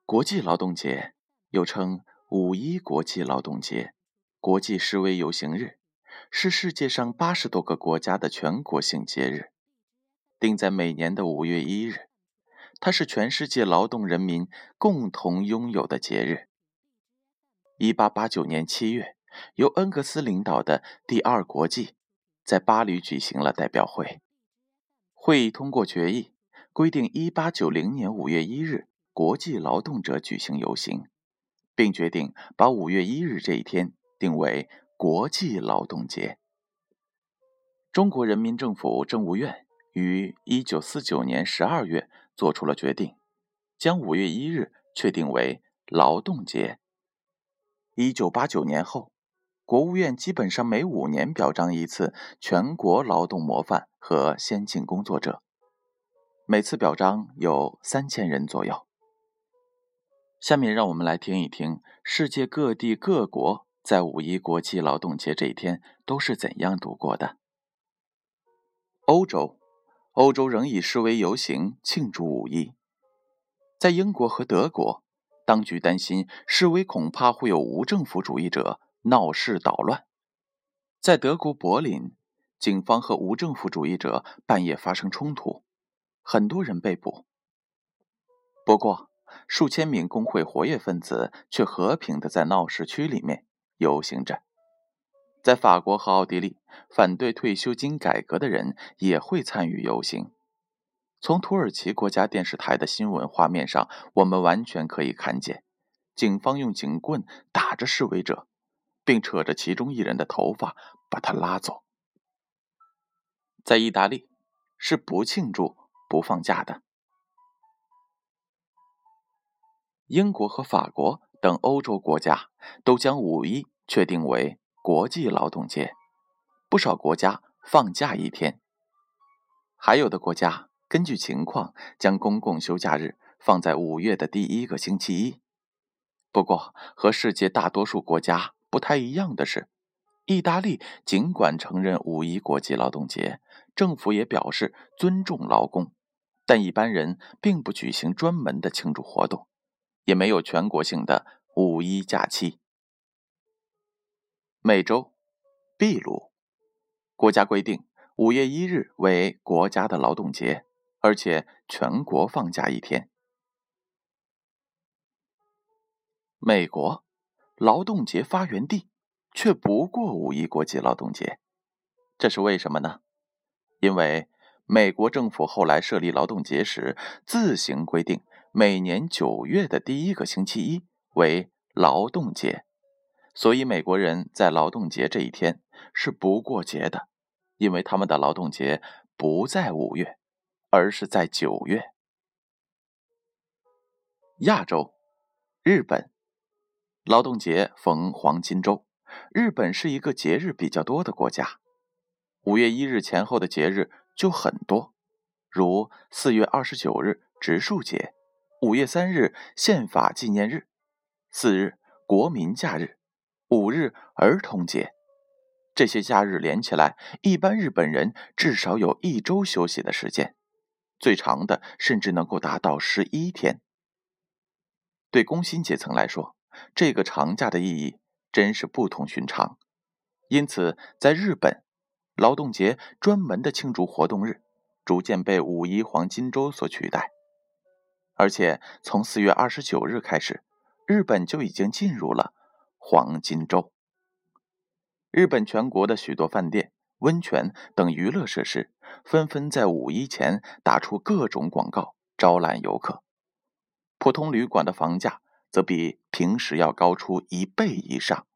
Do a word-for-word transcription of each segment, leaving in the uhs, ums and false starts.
国际劳动节又称五一国际劳动节、国际示威游行日，是世界上八十多个国家的全国性节日，定在每年的五月一日。它是全世界劳动人民共同拥有的节日。一八八九年七月，由恩格斯领导的第二国际在巴黎举行了代表会，会议通过决议，规定一八九零年五月一日国际劳动者举行游行，并决定把五月一日这一天定为国际劳动节。中国人民政府政务院于一九四九年十二月做出了决定，将五月一日确定为劳动节。一九八九年后，国务院基本上每五年表彰一次全国劳动模范和先进工作者，每次表彰有三千人左右。下面让我们来听一听世界各地各国在五一国际劳动节这一天都是怎样度过的。欧洲，欧洲仍以示威游行庆祝五一。在英国和德国，当局担心示威恐怕会有无政府主义者闹事捣乱。在德国柏林，警方和无政府主义者半夜发生冲突，很多人被捕。不过，数千名工会活跃分子却和平地在闹市区里面游行着。在法国和奥地利，反对退休金改革的人也会参与游行。从土耳其国家电视台的新闻画面上，我们完全可以看见，警方用警棍打着示威者，并扯着其中一人的头发把他拉走。在意大利，是不庆祝不放假的。英国和法国等欧洲国家都将五一确定为国际劳动节，不少国家放假一天。还有的国家根据情况将公共休假日放在五月的第一个星期一。不过，和世界大多数国家不太一样的是，意大利尽管承认五一国际劳动节，政府也表示尊重劳工，但一般人并不举行专门的庆祝活动，也没有全国性的五一假期。美洲，秘鲁，国家规定五月一日为国家的劳动节，而且全国放假一天。美国，劳动节发源地却不过五一国际劳动节，这是为什么呢？因为美国政府后来设立劳动节时，自行规定每年九月的第一个星期一为劳动节，所以美国人在劳动节这一天是不过节的，因为他们的劳动节不在五月，而是在九月。亚洲，日本，劳动节逢黄金周，日本是一个节日比较多的国家。五月一日前后的节日就很多，如四月二十九日植树节，五月三日宪法纪念日，四日国民假日，五日儿童节。这些假日连起来，一般日本人至少有一周休息的时间，最长的甚至能够达到十一天。对工薪阶层来说，这个长假的意义真是不同寻常。因此，在日本，劳动节专门的庆祝活动日逐渐被五一黄金周所取代。而且从四月二十九日开始，日本就已经进入了黄金周。日本全国的许多饭店、温泉等娱乐设施纷纷在五一前打出各种广告，招揽游客。普通旅馆的房价则比平时要高出一倍以上。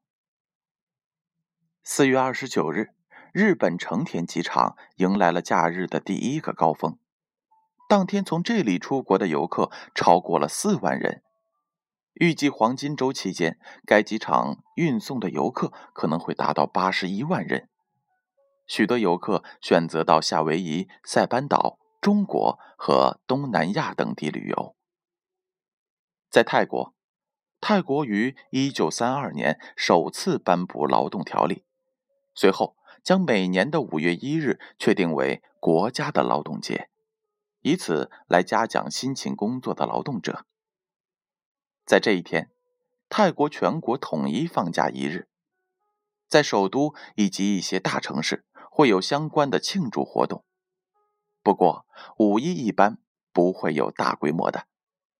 四月二十九日，日本成田机场迎来了假日的第一个高峰，当天从这里出国的游客超过了四万人。预计黄金周期间，该机场运送的游客可能会达到八十一万人。许多游客选择到夏威夷、塞班岛、中国和东南亚等地旅游。在泰国，泰国于一九三二年首次颁布劳动条例，随后将每年的五月一日确定为国家的劳动节，以此来嘉奖辛勤工作的劳动者。 在这一天，泰国全国统一放假一日，在首都以及一些大城市会有相关的庆祝活动。不过，五一一般不会有大规模的。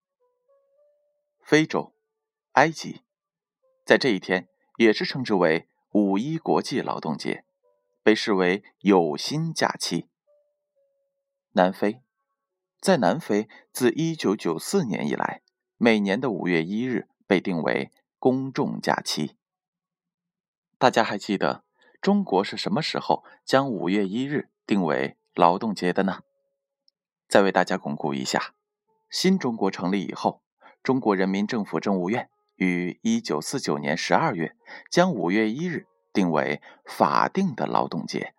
非洲，埃及，在这一天也是称之为五一国际劳动节，被视为有薪假期。南非，在南非自一九九四年以来，每年的五月一日被定为公众假期。大家还记得中国是什么时候将五月一日定为劳动节的呢？再为大家巩固一下，新中国成立以后，中国人民政府政务院于一九四九年十二月将五月一日定为法定的劳动节。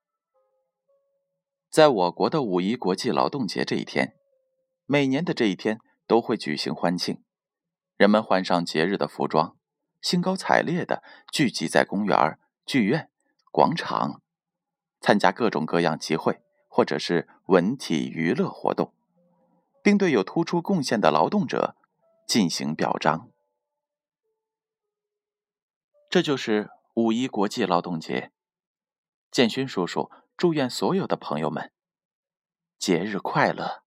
在我国的五一国际劳动节这一天，每年的这一天都会举行欢庆，人们换上节日的服装，兴高采烈地聚集在公园、剧院、广场，参加各种各样集会或者是文体娱乐活动，并对有突出贡献的劳动者进行表彰。这就是五一国际劳动节。建勋叔叔祝愿所有的朋友们节日快乐。